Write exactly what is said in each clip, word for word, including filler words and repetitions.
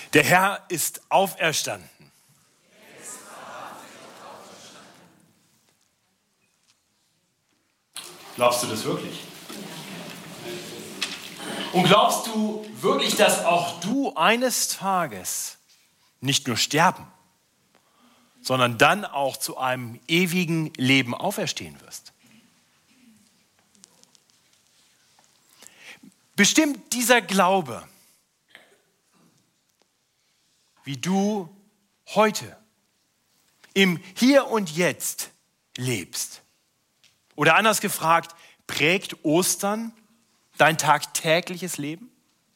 Der Herr ist auferstanden. Glaubst du das wirklich? Und glaubst du wirklich, dass auch du eines Tages nicht nur sterben, sondern dann auch zu einem ewigen Leben auferstehen wirst? Bestimmt dieser Glaube, wie du heute im Hier und Jetzt lebst. Oder anders gefragt, prägt Ostern dein tagtägliches Leben?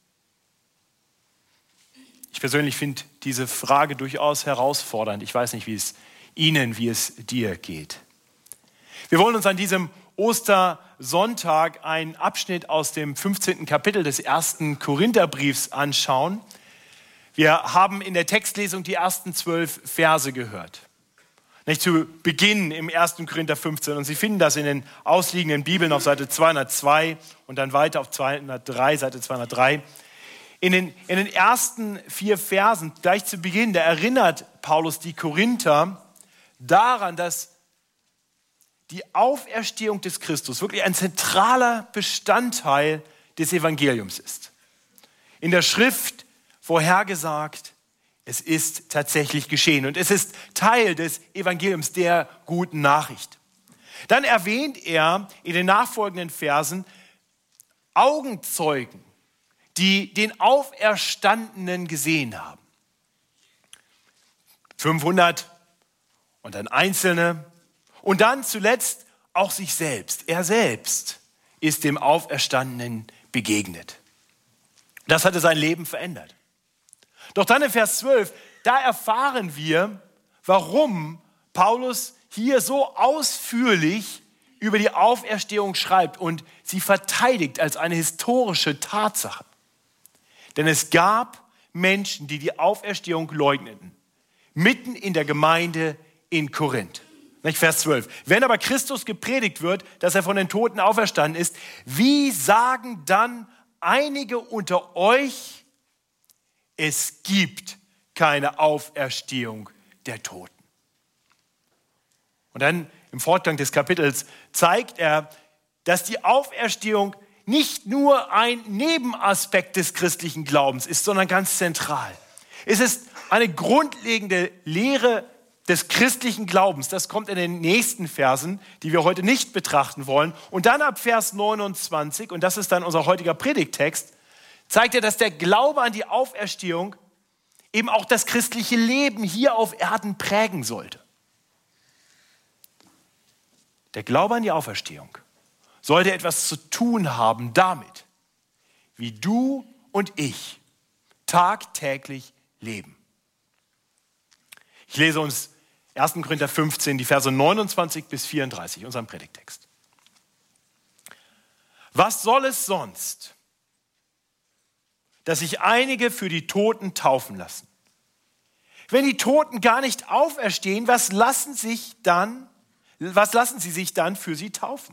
Ich persönlich finde diese Frage durchaus herausfordernd. Ich weiß nicht, wie es Ihnen, wie es dir geht. Wir wollen uns an diesem Ostersonntag einen Abschnitt aus dem fünfzehnten Kapitel des ersten Korintherbriefs anschauen. Wir haben in der Textlesung die ersten zwölf Verse gehört. Nicht zu Beginn im ersten Korinther fünfzehn. Und Sie finden das in den ausliegenden Bibeln auf Seite zweihundertzwei und dann weiter auf zweihundertdrei, Seite zweihundertdrei. In den, in den ersten vier Versen, gleich zu Beginn, da erinnert Paulus die Korinther daran, dass die Auferstehung des Christus wirklich ein zentraler Bestandteil des Evangeliums ist. In der Schrift vorhergesagt, es ist tatsächlich geschehen und es ist Teil des Evangeliums, der guten Nachricht. Dann erwähnt er in den nachfolgenden Versen Augenzeugen, die den Auferstandenen gesehen haben. fünfhundert und dann Einzelne und dann zuletzt auch sich selbst. Er selbst ist dem Auferstandenen begegnet. Das hatte sein Leben verändert. Doch dann in Vers zwölf, da erfahren wir, warum Paulus hier so ausführlich über die Auferstehung schreibt und sie verteidigt als eine historische Tatsache. Denn es gab Menschen, die die Auferstehung leugneten, mitten in der Gemeinde in Korinth. Vers zwölf. Wenn aber Christus gepredigt wird, dass er von den Toten auferstanden ist, wie sagen dann einige unter euch, es gibt keine Auferstehung der Toten? Und dann im Fortgang des Kapitels zeigt er, dass die Auferstehung nicht nur ein Nebenaspekt des christlichen Glaubens ist, sondern ganz zentral. Es ist eine grundlegende Lehre des christlichen Glaubens. Das kommt in den nächsten Versen, die wir heute nicht betrachten wollen. Und dann ab Vers neunundzwanzig, und das ist dann unser heutiger Predigttext, zeigt er, dass der Glaube an die Auferstehung eben auch das christliche Leben hier auf Erden prägen sollte. Der Glaube an die Auferstehung sollte etwas zu tun haben damit, wie du und ich tagtäglich leben. Ich lese uns ersten Korinther fünfzehn, die Verse neunundzwanzig bis vierunddreißig, unseren Predigttext. Was soll es sonst, dass sich einige für die Toten taufen lassen? Wenn die Toten gar nicht auferstehen, was lassen sich dann, was lassen sie sich dann für sie taufen?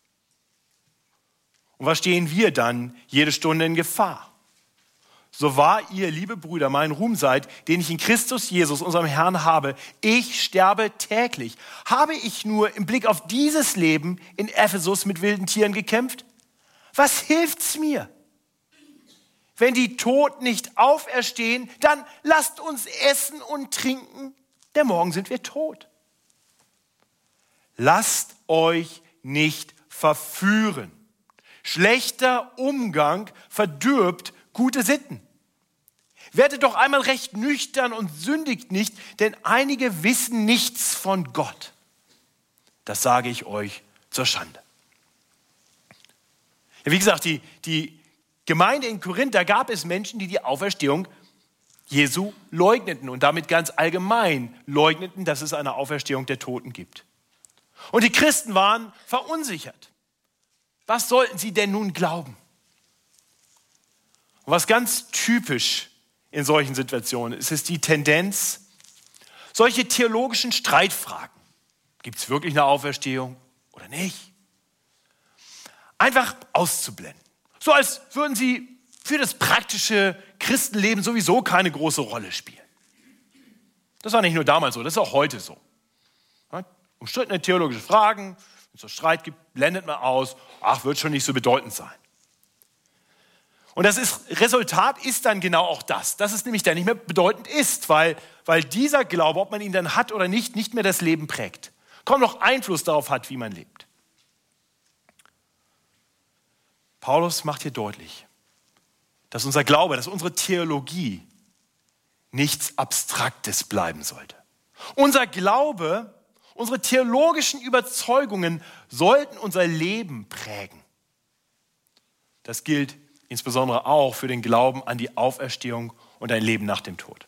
Und was stehen wir dann jede Stunde in Gefahr? So wahr ihr, liebe Brüder, mein Ruhm seid, den ich in Christus Jesus, unserem Herrn, habe. Ich sterbe täglich. Habe ich nur im Blick auf dieses Leben in Ephesus mit wilden Tieren gekämpft? Was hilft's mir? Wenn die Toten nicht auferstehen, dann lasst uns essen und trinken, denn morgen sind wir tot. Lasst euch nicht verführen. Schlechter Umgang verdirbt gute Sitten. Werdet doch einmal recht nüchtern und sündigt nicht, denn einige wissen nichts von Gott. Das sage ich euch zur Schande. Ja, wie gesagt, die, die Gemeinde in Korinth, da gab es Menschen, die die Auferstehung Jesu leugneten und damit ganz allgemein leugneten, dass es eine Auferstehung der Toten gibt. Und die Christen waren verunsichert. Was sollten sie denn nun glauben? Und was ganz typisch in solchen Situationen ist, ist die Tendenz, solche theologischen Streitfragen, gibt es wirklich eine Auferstehung oder nicht, einfach auszublenden. So als würden sie für das praktische Christenleben sowieso keine große Rolle spielen. Das war nicht nur damals so, das ist auch heute so. Ja, umstrittene theologische Fragen, wenn es so Streit gibt, blendet man aus, ach, wird schon nicht so bedeutend sein. Und das ist, Resultat ist dann genau auch das, dass es nämlich dann nicht mehr bedeutend ist, weil, weil dieser Glaube, ob man ihn dann hat oder nicht, nicht mehr das Leben prägt. Kaum noch Einfluss darauf hat, wie man lebt. Paulus macht hier deutlich, dass unser Glaube, dass unsere Theologie nichts Abstraktes bleiben sollte. Unser Glaube, unsere theologischen Überzeugungen sollten unser Leben prägen. Das gilt insbesondere auch für den Glauben an die Auferstehung und ein Leben nach dem Tod.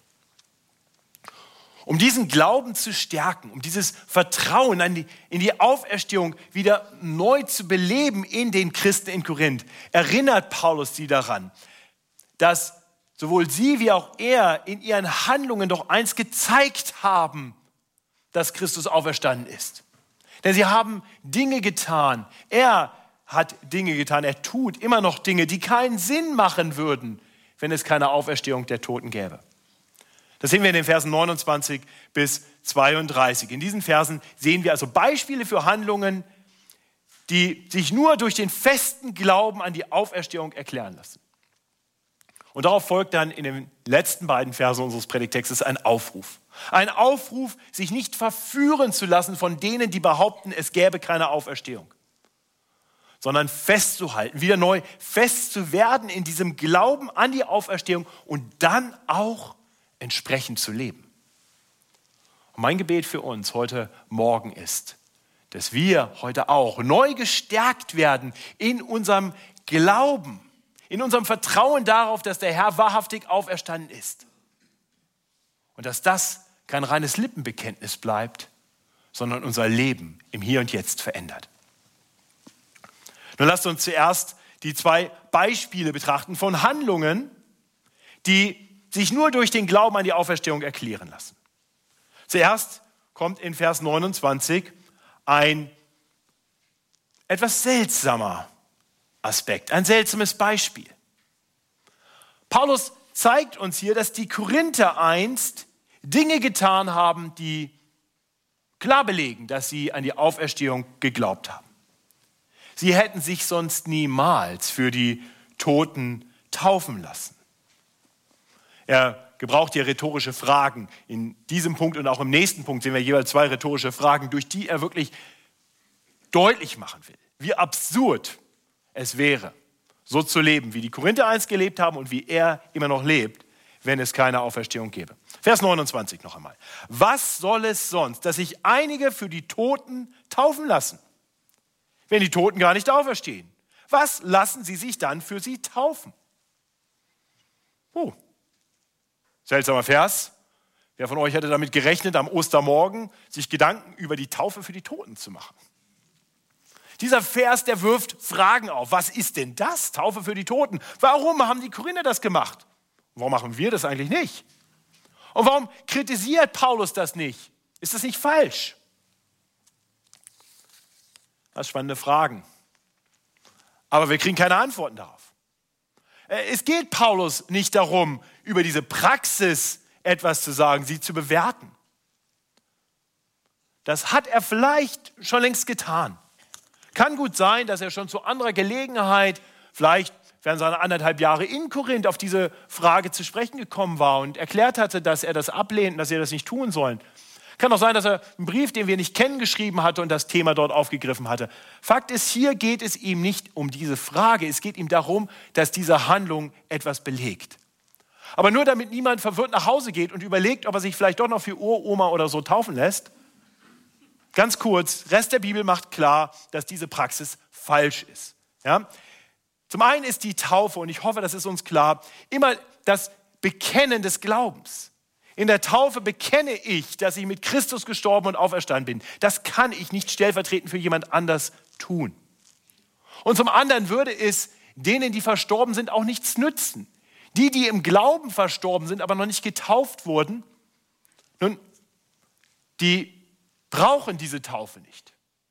Um diesen Glauben zu stärken, um dieses Vertrauen an die, in die Auferstehung wieder neu zu beleben in den Christen in Korinth, erinnert Paulus sie daran, dass sowohl sie wie auch er in ihren Handlungen doch eins gezeigt haben, dass Christus auferstanden ist. Denn sie haben Dinge getan. Er hat Dinge getan. Er tut immer noch Dinge, die keinen Sinn machen würden, wenn es keine Auferstehung der Toten gäbe. Das sehen wir in den Versen neunundzwanzig bis zweiunddreißig. In diesen Versen sehen wir also Beispiele für Handlungen, die sich nur durch den festen Glauben an die Auferstehung erklären lassen. Und darauf folgt dann in den letzten beiden Versen unseres Predigtextes ein Aufruf. Ein Aufruf, sich nicht verführen zu lassen von denen, die behaupten, es gäbe keine Auferstehung, sondern festzuhalten, wieder neu fest zu werden in diesem Glauben an die Auferstehung und dann auch entsprechend zu leben. Und mein Gebet für uns heute Morgen ist, dass wir heute auch neu gestärkt werden in unserem Glauben, in unserem Vertrauen darauf, dass der Herr wahrhaftig auferstanden ist. Und dass das kein reines Lippenbekenntnis bleibt, sondern unser Leben im Hier und Jetzt verändert. Nun lasst uns zuerst die zwei Beispiele betrachten von Handlungen, die sich nur durch den Glauben an die Auferstehung erklären lassen. Zuerst kommt in Vers neunundzwanzig ein etwas seltsamer Aspekt, ein seltsames Beispiel. Paulus zeigt uns hier, dass die Korinther einst Dinge getan haben, die klar belegen, dass sie an die Auferstehung geglaubt haben. Sie hätten sich sonst niemals für die Toten taufen lassen. Er gebraucht hier rhetorische Fragen. In diesem Punkt und auch im nächsten Punkt sehen wir jeweils zwei rhetorische Fragen, durch die er wirklich deutlich machen will, wie absurd es wäre, so zu leben, wie die Korinther einst gelebt haben und wie er immer noch lebt, wenn es keine Auferstehung gäbe. Vers neunundzwanzig noch einmal. Was soll es sonst, dass sich einige für die Toten taufen lassen, wenn die Toten gar nicht auferstehen? Was lassen sie sich dann für sie taufen? Oh, seltsamer Vers. Wer von euch hätte damit gerechnet, am Ostermorgen sich Gedanken über die Taufe für die Toten zu machen? Dieser Vers, der wirft Fragen auf. Was ist denn das? Taufe für die Toten. Warum haben die Korinther das gemacht? Warum machen wir das eigentlich nicht? Und warum kritisiert Paulus das nicht? Ist das nicht falsch? Das sind spannende Fragen. Aber wir kriegen keine Antworten darauf. Es geht Paulus nicht darum, über diese Praxis etwas zu sagen, sie zu bewerten. Das hat er vielleicht schon längst getan. Kann gut sein, dass er schon zu anderer Gelegenheit, vielleicht während seiner anderthalb Jahre in Korinth, auf diese Frage zu sprechen gekommen war und erklärt hatte, dass er das ablehnt, dass er das nicht tun sollen. Kann auch sein, dass er einen Brief, den wir nicht kennen, geschrieben hatte und das Thema dort aufgegriffen hatte. Fakt ist, hier geht es ihm nicht um diese Frage. Es geht ihm darum, dass diese Handlung etwas belegt. Aber nur damit niemand verwirrt nach Hause geht und überlegt, ob er sich vielleicht doch noch für Uroma oder so taufen lässt. Ganz kurz, Rest der Bibel macht klar, dass diese Praxis falsch ist. Ja? Zum einen ist die Taufe, und ich hoffe, das ist uns klar, immer das Bekennen des Glaubens. In der Taufe bekenne ich, dass ich mit Christus gestorben und auferstanden bin. Das kann ich nicht stellvertretend für jemand anders tun. Und zum anderen würde es denen, die verstorben sind, auch nichts nützen. Die, die im Glauben verstorben sind, aber noch nicht getauft wurden, nun, die brauchen diese Taufe nicht.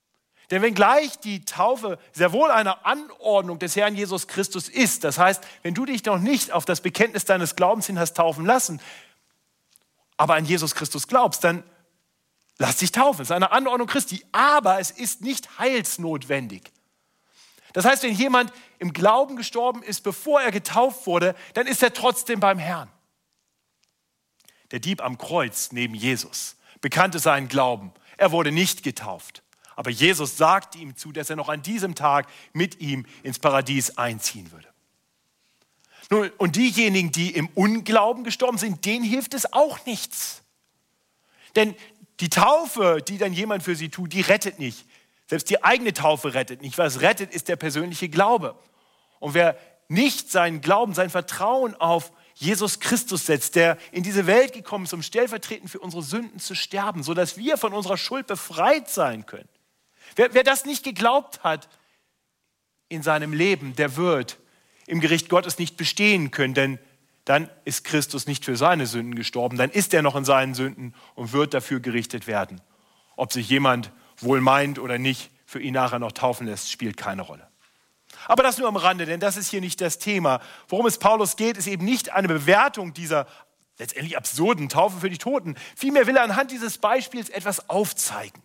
Denn wenngleich die Taufe sehr wohl eine Anordnung des Herrn Jesus Christus ist, das heißt, wenn du dich noch nicht auf das Bekenntnis deines Glaubens hin hast taufen lassen, aber an Jesus Christus glaubst, dann lass dich taufen. Es ist eine Anordnung Christi, aber es ist nicht heilsnotwendig. Das heißt, wenn jemand im Glauben gestorben ist, bevor er getauft wurde, dann ist er trotzdem beim Herrn. Der Dieb am Kreuz neben Jesus bekannte seinen Glauben. Er wurde nicht getauft. Aber Jesus sagte ihm zu, dass er noch an diesem Tag mit ihm ins Paradies einziehen würde. Nun, und diejenigen, die im Unglauben gestorben sind, denen hilft es auch nichts. Denn die Taufe, die dann jemand für sie tut, die rettet nicht. Selbst die eigene Taufe rettet nicht. Was rettet, ist der persönliche Glaube. Und wer nicht seinen Glauben, sein Vertrauen auf Jesus Christus setzt, der in diese Welt gekommen ist, um stellvertretend für unsere Sünden zu sterben, sodass wir von unserer Schuld befreit sein können. Wer, wer das nicht geglaubt hat in seinem Leben, der wird im Gericht Gottes nicht bestehen können, denn dann ist Christus nicht für seine Sünden gestorben, dann ist er noch in seinen Sünden und wird dafür gerichtet werden. Ob sich jemand wohl meint oder nicht, für ihn nachher noch taufen lässt, spielt keine Rolle. Aber das nur am Rande, denn das ist hier nicht das Thema. Worum es Paulus geht, ist eben nicht eine Bewertung dieser letztendlich absurden Taufe für die Toten. Vielmehr will er anhand dieses Beispiels etwas aufzeigen.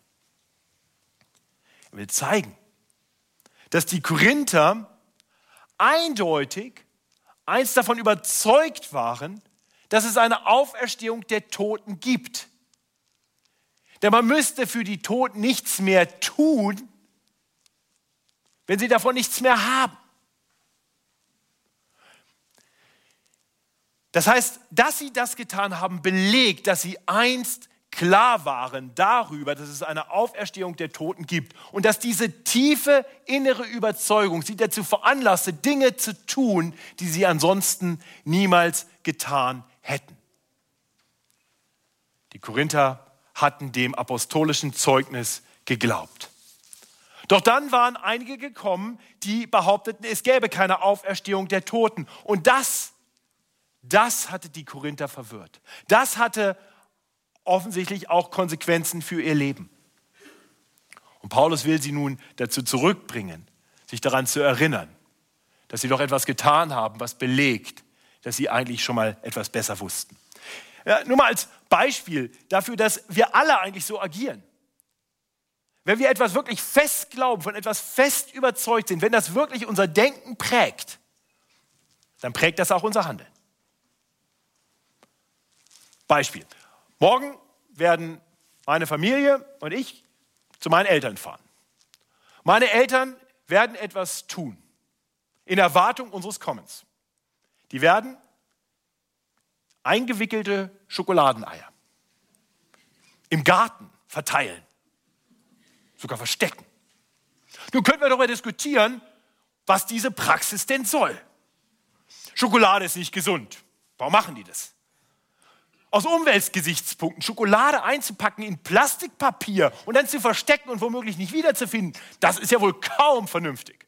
Er will zeigen, dass die Korinther eindeutig eins davon überzeugt waren, dass es eine Auferstehung der Toten gibt. Denn man müsste für die Toten nichts mehr tun, wenn sie davon nichts mehr haben. Das heißt, dass sie das getan haben, belegt, dass sie einst klar waren darüber, dass es eine Auferstehung der Toten gibt und dass diese tiefe innere Überzeugung sie dazu veranlasste, Dinge zu tun, die sie ansonsten niemals getan hätten. Die Korinther hatten dem apostolischen Zeugnis geglaubt. Doch dann waren einige gekommen, die behaupteten, es gäbe keine Auferstehung der Toten. Und das, das hatte die Korinther verwirrt. Das hatte offensichtlich auch Konsequenzen für ihr Leben. Und Paulus will sie nun dazu zurückbringen, sich daran zu erinnern, dass sie doch etwas getan haben, was belegt, dass sie eigentlich schon mal etwas besser wussten. Ja, nur mal als Beispiel dafür, dass wir alle eigentlich so agieren. Wenn wir etwas wirklich fest glauben, von etwas fest überzeugt sind, wenn das wirklich unser Denken prägt, dann prägt das auch unser Handeln. Beispiel. Morgen werden meine Familie und ich zu meinen Eltern fahren. Meine Eltern werden etwas tun, in Erwartung unseres Kommens. Die werden eingewickelte Schokoladeneier im Garten verteilen, sogar verstecken. Nun könnten wir darüber diskutieren, was diese Praxis denn soll. Schokolade ist nicht gesund. Warum machen die das? Aus Umweltgesichtspunkten Schokolade einzupacken in Plastikpapier und dann zu verstecken und womöglich nicht wiederzufinden, das ist ja wohl kaum vernünftig.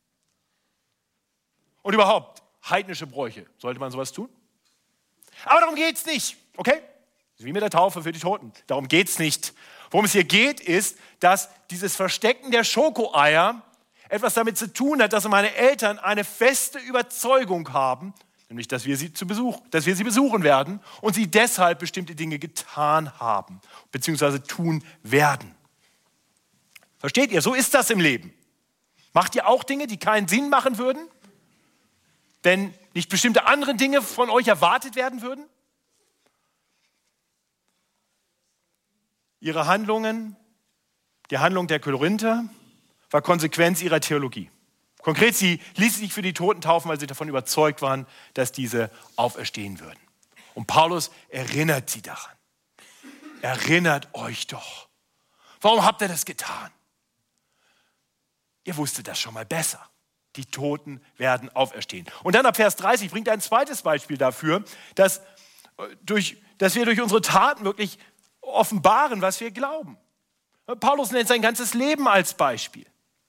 Und überhaupt, heidnische Bräuche, sollte man sowas tun? Aber darum geht es nicht, okay? Wie mit der Taufe für die Toten. Darum geht es nicht. Worum es hier geht, ist, dass dieses Verstecken der Schokoeier etwas damit zu tun hat, dass meine Eltern eine feste Überzeugung haben, nämlich, dass wir sie zu Besuch, dass wir sie besuchen werden und sie deshalb bestimmte Dinge getan haben, beziehungsweise tun werden. Versteht ihr? So ist das im Leben. Macht ihr auch Dinge, die keinen Sinn machen würden, wenn nicht bestimmte andere Dinge von euch erwartet werden würden? Ihre Handlungen, die Handlung der Korinther, war Konsequenz ihrer Theologie. Konkret, sie ließen sich für die Toten taufen, weil sie davon überzeugt waren, dass diese auferstehen würden. Und Paulus erinnert sie daran. Erinnert euch doch. Warum habt ihr das getan? Ihr wusstet das schon mal besser. Die Toten werden auferstehen. Und dann ab Vers dreißig bringt er ein zweites Beispiel dafür, dass, durch, dass wir durch unsere Taten wirklich offenbaren, was wir glauben. Paulus nennt sein ganzes Leben als Beispiel.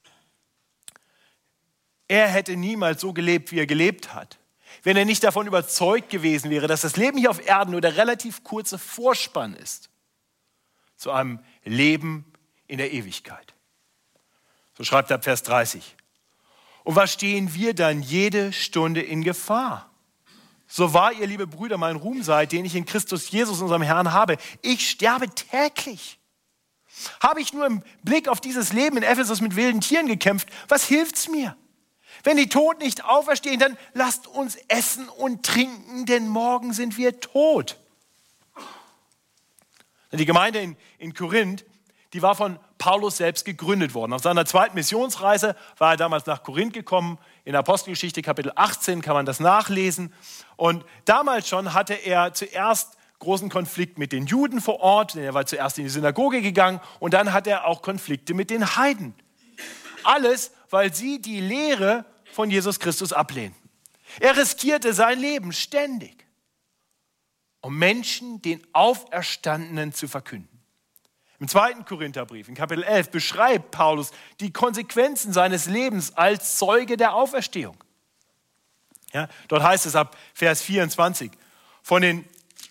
Er hätte niemals so gelebt, wie er gelebt hat, wenn er nicht davon überzeugt gewesen wäre, dass das Leben hier auf Erden nur der relativ kurze Vorspann ist zu einem Leben in der Ewigkeit. So schreibt er ab Vers dreißig. Und was stehen wir dann jede Stunde in Gefahr? So wahr ihr, liebe Brüder, mein Ruhm seid, den ich in Christus Jesus, unserem Herrn, habe. Ich sterbe täglich. Habe ich nur im Blick auf dieses Leben in Ephesus mit wilden Tieren gekämpft? Was hilft's mir? Wenn die Toten nicht auferstehen, dann lasst uns essen und trinken, denn morgen sind wir tot. Die Gemeinde in, in Korinth, die war von Paulus selbst gegründet worden. Auf seiner zweiten Missionsreise war er damals nach Korinth gekommen. In Apostelgeschichte Kapitel achtzehn kann man das nachlesen. Und damals schon hatte er zuerst großen Konflikt mit den Juden vor Ort, denn er war zuerst in die Synagoge gegangen und dann hat er auch Konflikte mit den Heiden. Alles, weil sie die Lehre von Jesus Christus ablehnten. Er riskierte sein Leben ständig, um Menschen den Auferstandenen zu verkünden. Im zweiten Korintherbrief, in Kapitel elf, beschreibt Paulus die Konsequenzen seines Lebens als Zeuge der Auferstehung. Ja, dort heißt es ab Vers vierundzwanzig, von den,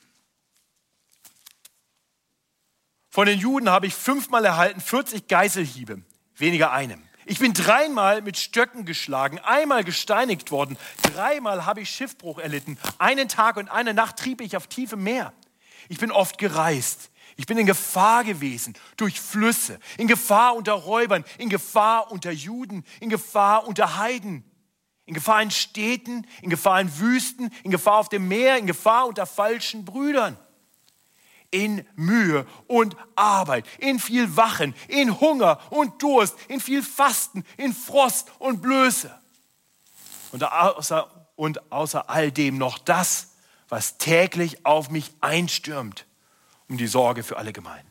von den Juden habe ich fünfmal erhalten, vierzig Geißelhiebe, weniger einem. Ich bin dreimal mit Stöcken geschlagen, einmal gesteinigt worden, dreimal habe ich Schiffbruch erlitten. Einen Tag und eine Nacht trieb ich auf tiefem Meer. Ich bin oft gereist. Ich bin in Gefahr gewesen durch Flüsse, in Gefahr unter Räubern, in Gefahr unter Juden, in Gefahr unter Heiden, in Gefahr in Städten, in Gefahr in Wüsten, in Gefahr auf dem Meer, in Gefahr unter falschen Brüdern. In Mühe und Arbeit, in viel Wachen, in Hunger und Durst, in viel Fasten, in Frost und Blöße. Und außer, und außer all dem noch das, was täglich auf mich einstürmt, um die Sorge für alle Gemeinden.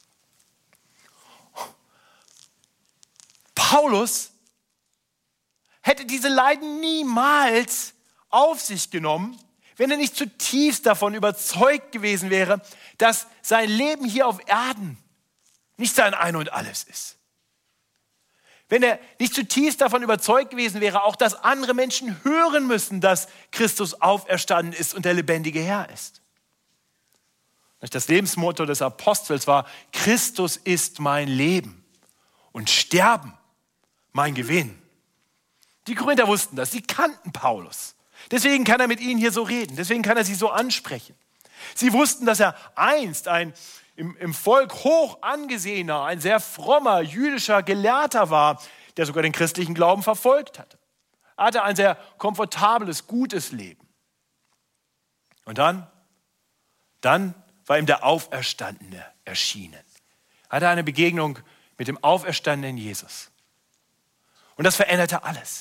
Paulus hätte diese Leiden niemals auf sich genommen, wenn er nicht zutiefst davon überzeugt gewesen wäre, dass sein Leben hier auf Erden nicht sein Ein und Alles ist. Wenn er nicht zutiefst davon überzeugt gewesen wäre, auch dass andere Menschen hören müssen, dass Christus auferstanden ist und der lebendige Herr ist. Das Lebensmotto des Apostels war, Christus ist mein Leben und Sterben mein Gewinn. Die Korinther wussten das, sie kannten Paulus. Deswegen kann er mit ihnen hier so reden, deswegen kann er sie so ansprechen. Sie wussten, dass er einst ein im, im Volk hoch angesehener, ein sehr frommer jüdischer Gelehrter war, der sogar den christlichen Glauben verfolgt hatte. Er hatte ein sehr komfortables, gutes Leben. Und dann, dann war ihm der Auferstandene erschienen. Er hatte eine Begegnung mit dem auferstandenen Jesus. Und das veränderte alles.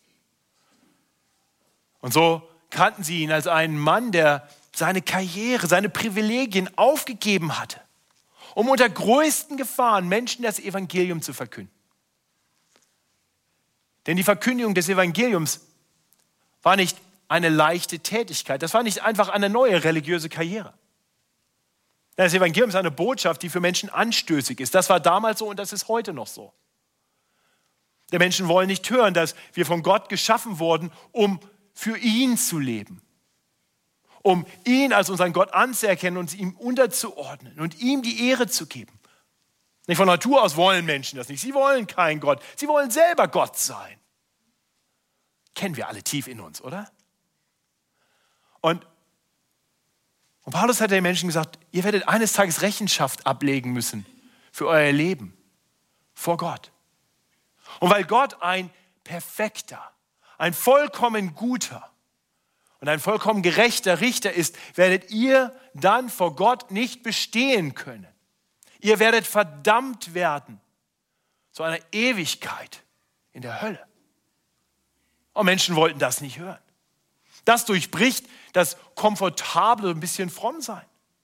Und so kannten sie ihn als einen Mann, der seine Karriere, seine Privilegien aufgegeben hatte, um unter größten Gefahren Menschen das Evangelium zu verkünden. Denn die Verkündigung des Evangeliums war nicht eine leichte Tätigkeit, das war nicht einfach eine neue religiöse Karriere. Das Evangelium ist eine Botschaft, die für Menschen anstößig ist. Das war damals so und das ist heute noch so. Die Menschen wollen nicht hören, dass wir von Gott geschaffen wurden, um für ihn zu leben. Um ihn als unseren Gott anzuerkennen und ihm unterzuordnen und ihm die Ehre zu geben. Nicht von Natur aus wollen Menschen das nicht. Sie wollen keinen Gott. Sie wollen selber Gott sein. Kennen wir alle tief in uns, oder? Und, und Paulus hat den Menschen gesagt, ihr werdet eines Tages Rechenschaft ablegen müssen für euer Leben vor Gott. Und weil Gott ein perfekter, ein vollkommen guter und ein vollkommen gerechter Richter ist, werdet ihr dann vor Gott nicht bestehen können. Ihr werdet verdammt werden zu einer Ewigkeit in der Hölle. Und Menschen wollten das nicht hören. Das durchbricht das komfortable, ein bisschen fromm sein.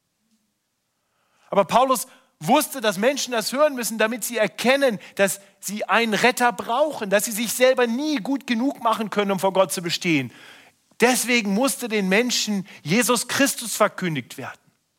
Aber Paulus wusste, dass Menschen das hören müssen, damit sie erkennen, dass sie einen Retter brauchen, dass sie sich selber nie gut genug machen können, um vor Gott zu bestehen. Deswegen musste den Menschen Jesus Christus verkündigt werden,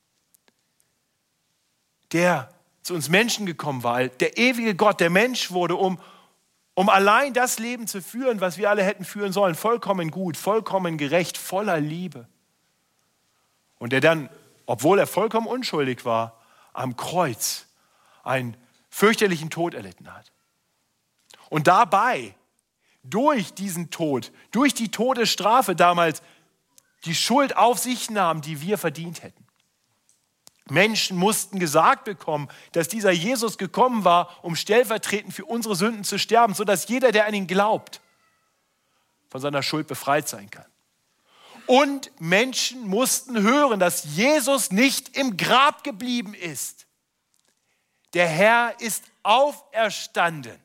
der zu uns Menschen gekommen war, der ewige Gott, der Mensch wurde, um, um allein das Leben zu führen, was wir alle hätten führen sollen, vollkommen gut, vollkommen gerecht, voller Liebe. Und der dann, obwohl er vollkommen unschuldig war, am Kreuz einen fürchterlichen Tod erlitten hat. Und dabei, durch diesen Tod, durch die Todesstrafe damals, die Schuld auf sich nahm, die wir verdient hätten. Menschen mussten gesagt bekommen, dass dieser Jesus gekommen war, um stellvertretend für unsere Sünden zu sterben, sodass jeder, der an ihn glaubt, von seiner Schuld befreit sein kann. Und Menschen mussten hören, dass Jesus nicht im Grab geblieben ist. Der Herr ist auferstanden.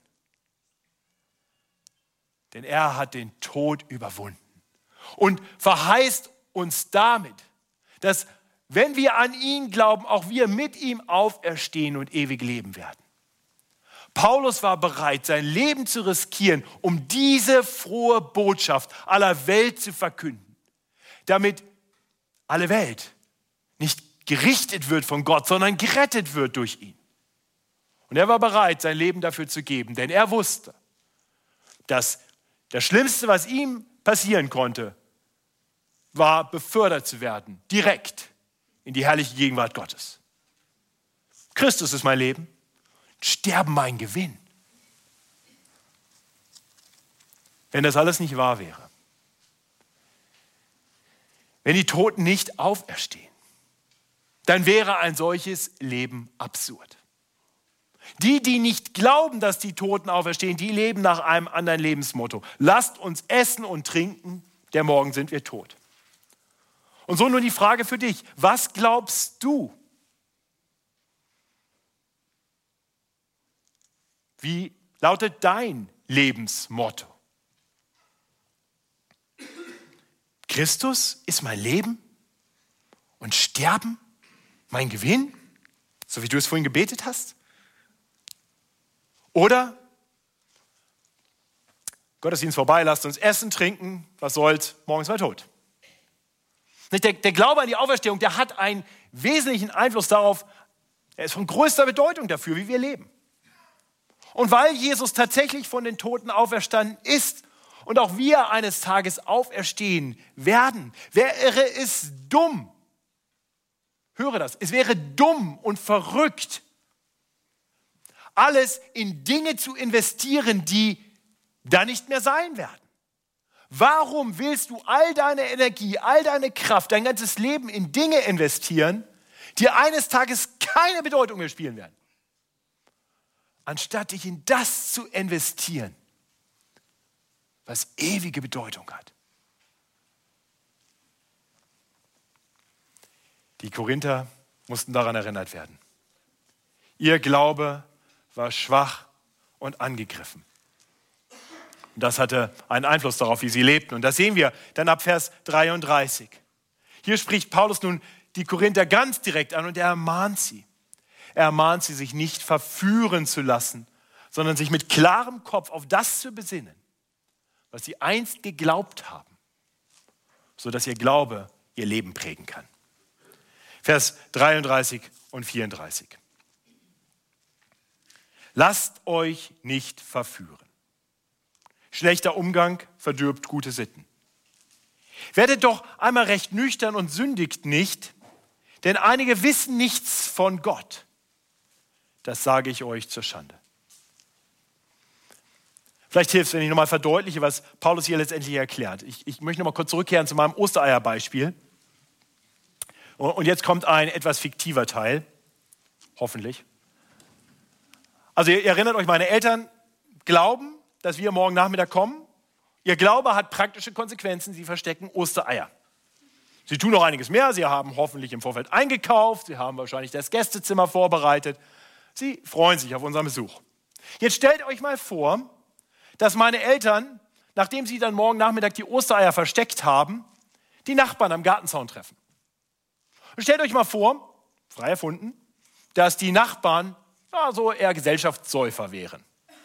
Denn er hat den Tod überwunden und verheißt uns damit, dass, wenn wir an ihn glauben, auch wir mit ihm auferstehen und ewig leben werden. Paulus war bereit, sein Leben zu riskieren, um diese frohe Botschaft aller Welt zu verkünden, damit alle Welt nicht gerichtet wird von Gott, sondern gerettet wird durch ihn. Und er war bereit, sein Leben dafür zu geben, denn er wusste, dass das Schlimmste, was ihm passieren konnte, war, befördert zu werden, direkt in die herrliche Gegenwart Gottes. Christus ist mein Leben, Sterben mein Gewinn. Wenn das alles nicht wahr wäre, wenn die Toten nicht auferstehen, dann wäre ein solches Leben absurd. Die, die nicht glauben, dass die Toten auferstehen, die leben nach einem anderen Lebensmotto. Lasst uns essen und trinken, denn morgen sind wir tot. Und so nun die Frage für dich, was glaubst du? Wie lautet dein Lebensmotto? Christus ist mein Leben und Sterben mein Gewinn, so wie du es vorhin gebetet hast? Oder Gottesdienst vorbei, lasst uns essen, trinken, was soll's, morgen sind wir tot. Der, der Glaube an die Auferstehung, der hat einen wesentlichen Einfluss darauf, er ist von größter Bedeutung dafür, wie wir leben. Und weil Jesus tatsächlich von den Toten auferstanden ist und auch wir eines Tages auferstehen werden, wäre es dumm, höre das, es wäre dumm und verrückt, alles in Dinge zu investieren, die da nicht mehr sein werden. Warum willst du all deine Energie, all deine Kraft, dein ganzes Leben in Dinge investieren, die eines Tages keine Bedeutung mehr spielen werden? Anstatt dich in das zu investieren, was ewige Bedeutung hat. Die Korinther mussten daran erinnert werden. Ihr Glaube war schwach und angegriffen. Und das hatte einen Einfluss darauf, wie sie lebten. Und das sehen wir dann ab Vers dreiunddreißig. Hier spricht Paulus nun die Korinther ganz direkt an und er ermahnt sie. Er ermahnt sie, sich nicht verführen zu lassen, sondern sich mit klarem Kopf auf das zu besinnen, was sie einst geglaubt haben, sodass ihr Glaube ihr Leben prägen kann. Vers dreiunddreißig und vierunddreißig. Lasst euch nicht verführen. Schlechter Umgang verdirbt gute Sitten. Werdet doch einmal recht nüchtern und sündigt nicht, denn einige wissen nichts von Gott. Das sage ich euch zur Schande. Vielleicht hilft es, wenn ich nochmal verdeutliche, was Paulus hier letztendlich erklärt. Ich, ich möchte nochmal kurz zurückkehren zu meinem Ostereierbeispiel. Und jetzt kommt ein etwas fiktiver Teil, hoffentlich. Also ihr erinnert euch, meine Eltern glauben, dass wir morgen Nachmittag kommen. Ihr Glaube hat praktische Konsequenzen, sie verstecken Ostereier. Sie tun noch einiges mehr, sie haben hoffentlich im Vorfeld eingekauft, sie haben wahrscheinlich das Gästezimmer vorbereitet. Sie freuen sich auf unseren Besuch. Jetzt stellt euch mal vor, dass meine Eltern, nachdem sie dann morgen Nachmittag die Ostereier versteckt haben, die Nachbarn am Gartenzaun treffen. Und stellt euch mal vor, frei erfunden, dass die Nachbarn ja, so eher Gesellschaftssäufer wären.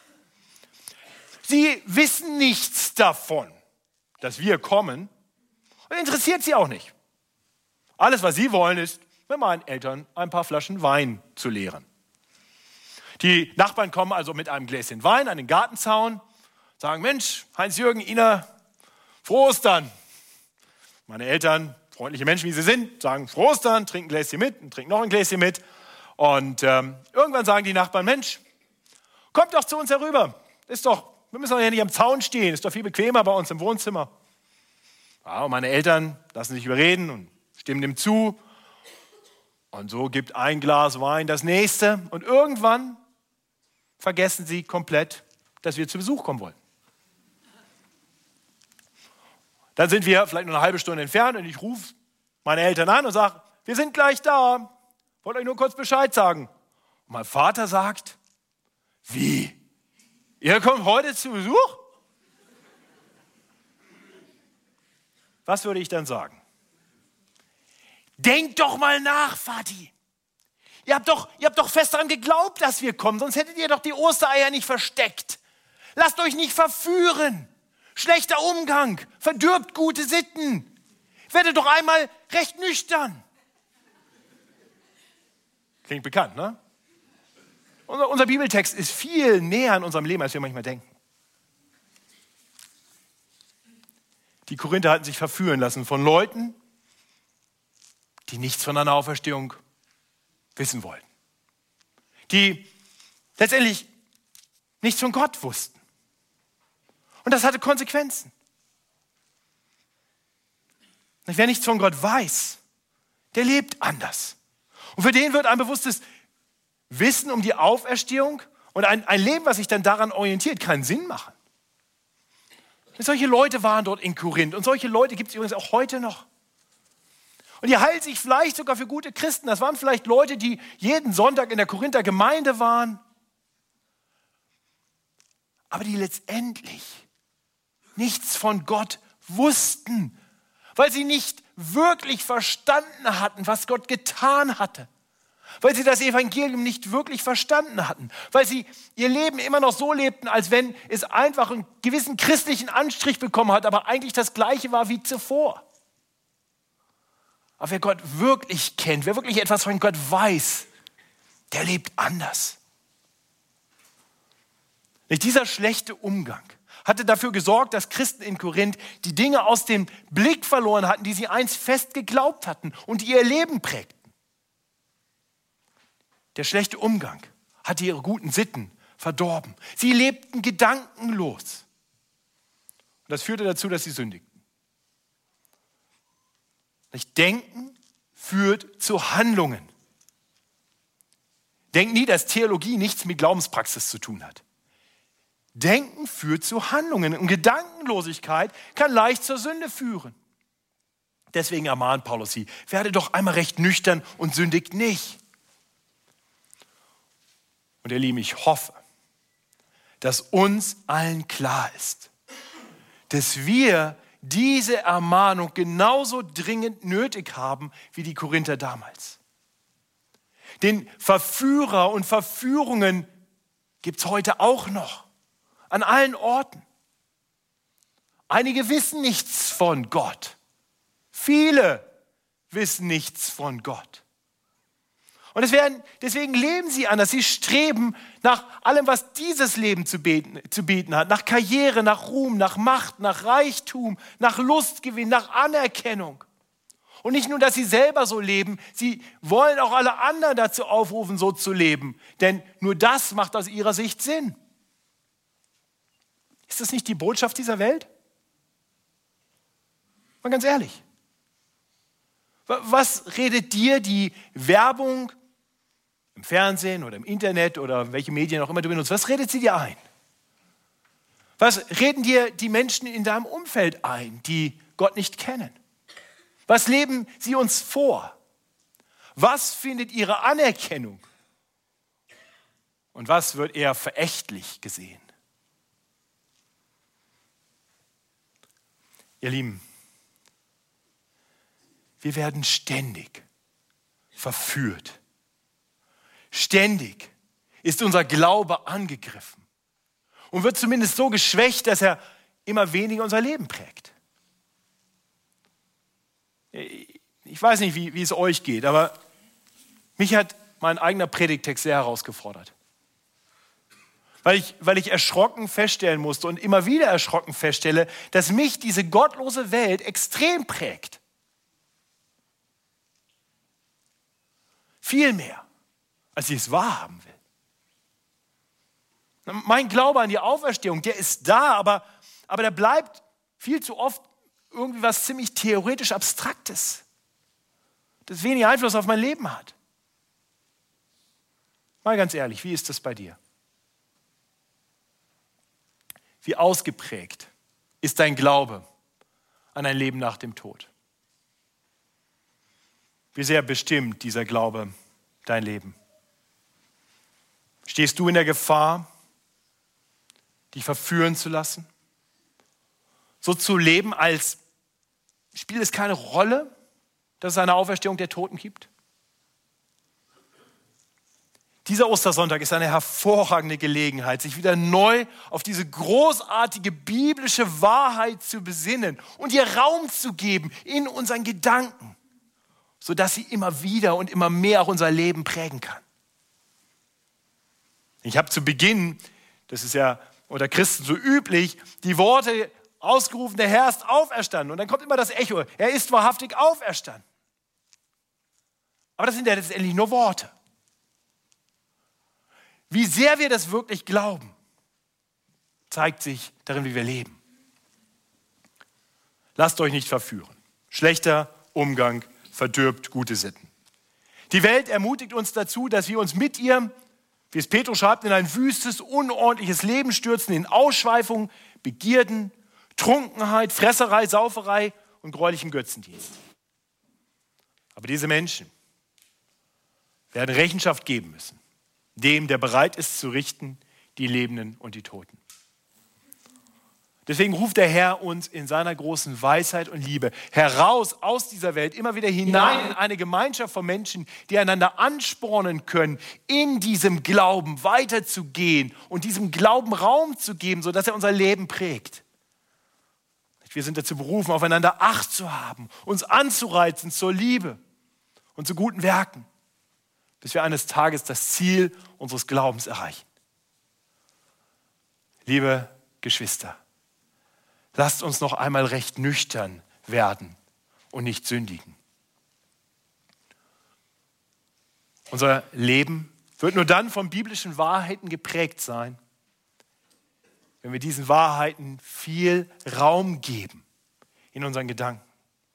Sie wissen nichts davon, dass wir kommen und interessiert sie auch nicht. Alles, was sie wollen, ist, mit meinen Eltern ein paar Flaschen Wein zu leeren. Die Nachbarn kommen also mit einem Gläschen Wein an den Gartenzaun, sagen, Mensch, Heinz-Jürgen, Ina, frohe Ostern. Meine Eltern, freundliche Menschen, wie sie sind, sagen, frohe Ostern, trinken ein Gläschen mit und trinken noch ein Gläschen mit. Und ähm, irgendwann sagen die Nachbarn, Mensch, kommt doch zu uns herüber. Ist doch Wir müssen doch ja nicht am Zaun stehen, ist doch viel bequemer bei uns im Wohnzimmer. Ja, und meine Eltern lassen sich überreden und stimmen dem zu. Und so gibt ein Glas Wein das nächste. Und irgendwann vergessen sie komplett, dass wir zu Besuch kommen wollen. Dann sind wir vielleicht nur eine halbe Stunde entfernt und ich rufe meine Eltern an und sage, wir sind gleich da, wollte euch nur kurz Bescheid sagen. Und mein Vater sagt, wie? Ihr kommt heute zu Besuch? Was würde ich dann sagen? Denkt doch mal nach, Vati. Ihr habt doch, ihr habt doch fest daran geglaubt, dass wir kommen, sonst hättet ihr doch die Ostereier nicht versteckt. Lasst euch nicht verführen. Schlechter Umgang verdirbt gute Sitten. Werdet doch einmal recht nüchtern. Klingt bekannt, ne? Unser, unser Bibeltext ist viel näher an unserem Leben, als wir manchmal denken. Die Korinther hatten sich verführen lassen von Leuten, die nichts von einer Auferstehung wissen wollten. Die letztendlich nichts von Gott wussten. Und das hatte Konsequenzen. Und wer nichts von Gott weiß, der lebt anders. Und für den wird ein bewusstes Wissen um die Auferstehung und ein, ein Leben, was sich dann daran orientiert, keinen Sinn machen. Und solche Leute waren dort in Korinth und solche Leute gibt es übrigens auch heute noch. Und die halten sich vielleicht sogar für gute Christen. Das waren vielleicht Leute, die jeden Sonntag in der Korinther Gemeinde waren, aber die letztendlich nichts von Gott wussten, weil sie nicht wirklich verstanden hatten, was Gott getan hatte. Weil sie das Evangelium nicht wirklich verstanden hatten. Weil sie ihr Leben immer noch so lebten, als wenn es einfach einen gewissen christlichen Anstrich bekommen hat, aber eigentlich das Gleiche war wie zuvor. Aber wer Gott wirklich kennt, wer wirklich etwas von Gott weiß, der lebt anders. Dieser schlechte Umgang hatte dafür gesorgt, dass Christen in Korinth die Dinge aus dem Blick verloren hatten, die sie einst fest geglaubt hatten und die ihr Leben prägten. Der schlechte Umgang hatte ihre guten Sitten verdorben. Sie lebten gedankenlos. Und das führte dazu, dass sie sündigten. Denken führt zu Handlungen. Denkt nie, dass Theologie nichts mit Glaubenspraxis zu tun hat. Denken führt zu Handlungen und Gedankenlosigkeit kann leicht zur Sünde führen. Deswegen ermahnt Paulus sie, werde doch einmal recht nüchtern und sündigt nicht. Und ihr Lieben, ich hoffe, dass uns allen klar ist, dass wir diese Ermahnung genauso dringend nötig haben wie die Korinther damals. Den Verführer und Verführungen gibt es heute auch noch, an allen Orten. Einige wissen nichts von Gott. Viele wissen nichts von Gott. Und es werden, deswegen leben sie anders. Sie streben nach allem, was dieses Leben zu bieten, zu bieten hat. Nach Karriere, nach Ruhm, nach Macht, nach Reichtum, nach Lustgewinn, nach Anerkennung. Und nicht nur, dass sie selber so leben, sie wollen auch alle anderen dazu aufrufen, so zu leben. Denn nur das macht aus ihrer Sicht Sinn. Ist das nicht die Botschaft dieser Welt? Mal ganz ehrlich. Was redet dir die Werbung im Fernsehen oder im Internet oder welche Medien auch immer du benutzt, was redet sie dir ein? Was reden dir die Menschen in deinem Umfeld ein, die Gott nicht kennen? Was leben sie uns vor? Was findet ihre Anerkennung? Und was wird eher verächtlich gesehen? Ihr Lieben, wir werden ständig verführt. Ständig ist unser Glaube angegriffen und wird zumindest so geschwächt, dass er immer weniger unser Leben prägt. Ich weiß nicht, wie, wie es euch geht, aber mich hat mein eigener Predigttext sehr herausgefordert. Weil ich, weil ich erschrocken feststellen musste und immer wieder erschrocken feststelle, dass mich diese gottlose Welt extrem prägt. Viel mehr, als ich es wahrhaben will. Mein Glaube an die Auferstehung, der ist da, aber, aber der bleibt viel zu oft irgendwie was ziemlich theoretisch Abstraktes, das wenig Einfluss auf mein Leben hat. Mal ganz ehrlich, wie ist das bei dir? Wie ausgeprägt ist dein Glaube an ein Leben nach dem Tod? Wie sehr bestimmt dieser Glaube dein Leben? Stehst du in der Gefahr, dich verführen zu lassen? So zu leben, als spielt es keine Rolle, dass es eine Auferstehung der Toten gibt? Dieser Ostersonntag ist eine hervorragende Gelegenheit, sich wieder neu auf diese großartige biblische Wahrheit zu besinnen und ihr Raum zu geben in unseren Gedanken, sodass sie immer wieder und immer mehr auch unser Leben prägen kann. Ich habe zu Beginn, das ist ja unter Christen so üblich, die Worte ausgerufen, der Herr ist auferstanden. Und dann kommt immer das Echo, er ist wahrhaftig auferstanden. Aber das sind ja letztendlich nur Worte. Wie sehr wir das wirklich glauben, zeigt sich darin, wie wir leben. Lasst euch nicht verführen. Schlechter Umgang verdirbt gute Sitten. Die Welt ermutigt uns dazu, dass wir uns mit ihr, wie es Petrus schreibt, in ein wüstes, unordentliches Leben stürzen, in Ausschweifung, Begierden, Trunkenheit, Fresserei, Sauferei und gräulichem Götzendienst. Aber diese Menschen werden Rechenschaft geben müssen, dem, der bereit ist zu richten, die Lebenden und die Toten. Deswegen ruft der Herr uns in seiner großen Weisheit und Liebe heraus aus dieser Welt, immer wieder hinein in eine Gemeinschaft von Menschen, die einander anspornen können, in diesem Glauben weiterzugehen und diesem Glauben Raum zu geben, sodass er unser Leben prägt. Wir sind dazu berufen, aufeinander Acht zu haben, uns anzureizen zur Liebe und zu guten Werken, bis wir eines Tages das Ziel unseres Glaubens erreichen. Liebe Geschwister, lasst uns noch einmal recht nüchtern werden und nicht sündigen. Unser Leben wird nur dann von biblischen Wahrheiten geprägt sein, wenn wir diesen Wahrheiten viel Raum geben in unseren Gedanken.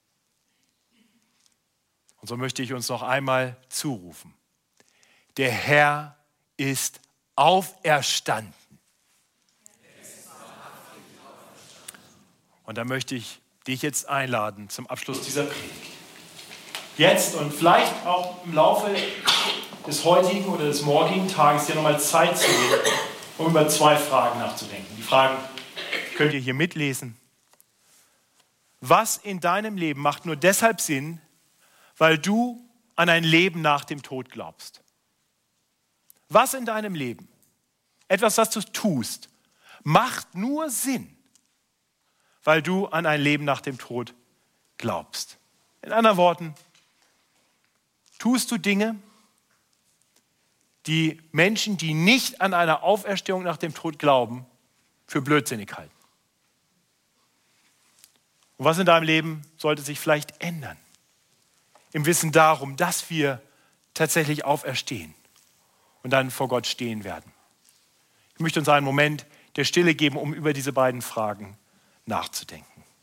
Und so möchte ich uns noch einmal zurufen. Der Herr ist auferstanden. Und da möchte ich dich jetzt einladen zum Abschluss dieser Predigt. Jetzt und vielleicht auch im Laufe des heutigen oder des morgigen Tages dir nochmal Zeit zu nehmen, um über zwei Fragen nachzudenken. Die Fragen könnt ihr hier mitlesen. Was in deinem Leben macht nur deshalb Sinn, weil du an ein Leben nach dem Tod glaubst? Was in deinem Leben, etwas, was du tust, macht nur Sinn, weil du an ein Leben nach dem Tod glaubst? In anderen Worten, tust du Dinge, die Menschen, die nicht an eine Auferstehung nach dem Tod glauben, für blödsinnig halten? Und was in deinem Leben sollte sich vielleicht ändern? Im Wissen darum, dass wir tatsächlich auferstehen und dann vor Gott stehen werden. Ich möchte uns einen Moment der Stille geben, um über diese beiden Fragen nachzudenken.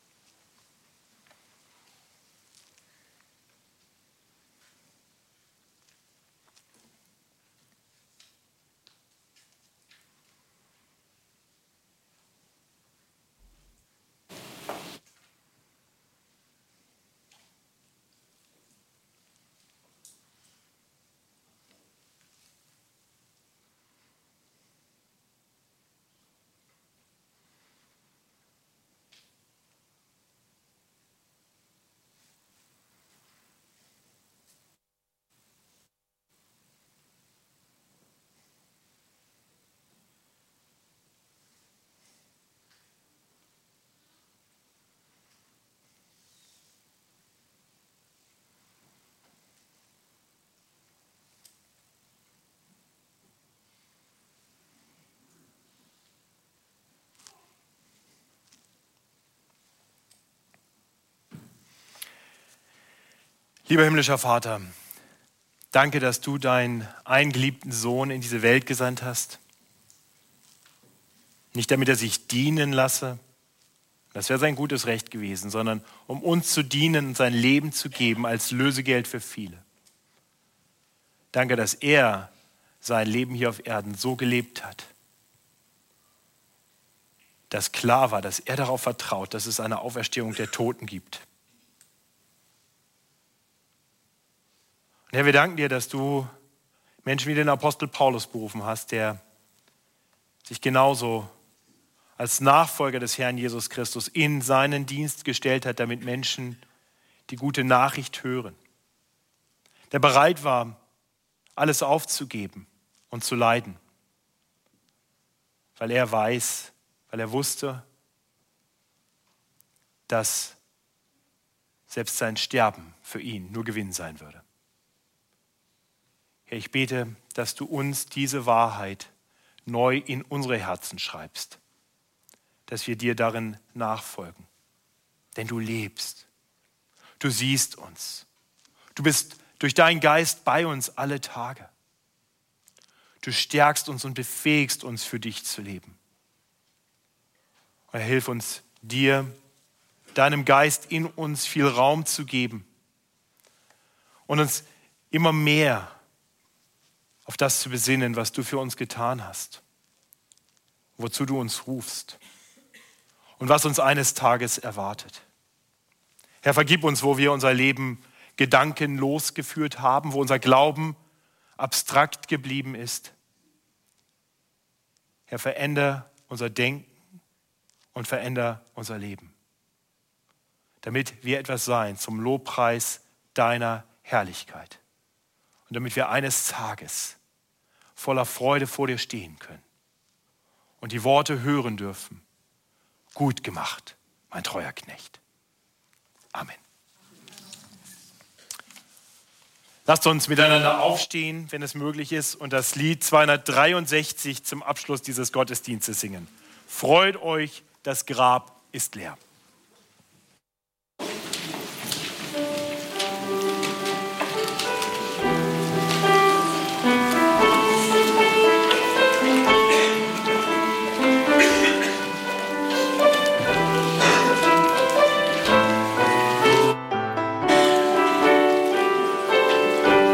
Lieber himmlischer Vater, danke, dass du deinen eingeliebten Sohn in diese Welt gesandt hast, Nicht damit er sich dienen lasse, das wäre sein gutes Recht gewesen, sondern um uns zu dienen und sein Leben zu geben als Lösegeld für viele. Danke, dass er sein Leben hier auf Erden so gelebt hat, dass klar war, dass er darauf vertraut, dass es eine Auferstehung der Toten gibt. Und Herr, wir danken dir, dass du Menschen wie den Apostel Paulus berufen hast, der sich genauso als Nachfolger des Herrn Jesus Christus in seinen Dienst gestellt hat, damit Menschen die gute Nachricht hören. Der bereit war, alles aufzugeben und zu leiden, weil er weiß, weil er wusste, dass selbst sein Sterben für ihn nur Gewinn sein würde. Herr, ich bete, dass du uns diese Wahrheit neu in unsere Herzen schreibst, dass wir dir darin nachfolgen. Denn du lebst, du siehst uns, du bist durch deinen Geist bei uns alle Tage. Du stärkst uns und befähigst uns, für dich zu leben. Und hilf uns, dir, deinem Geist in uns viel Raum zu geben und uns immer mehr auf das zu besinnen, was du für uns getan hast, wozu du uns rufst und was uns eines Tages erwartet. Herr, vergib uns, wo wir unser Leben gedankenlos geführt haben, wo unser Glauben abstrakt geblieben ist. Herr, verändere unser Denken und verändere unser Leben, damit wir etwas sein zum Lobpreis deiner Herrlichkeit und damit wir eines Tages voller Freude vor dir stehen können und die Worte hören dürfen: Gut gemacht, mein treuer Knecht. Amen. Lasst uns miteinander aufstehen, wenn es möglich ist, und das Lied zweihundertdreiundsechzig zum Abschluss dieses Gottesdienstes singen. Freut euch, das Grab ist leer.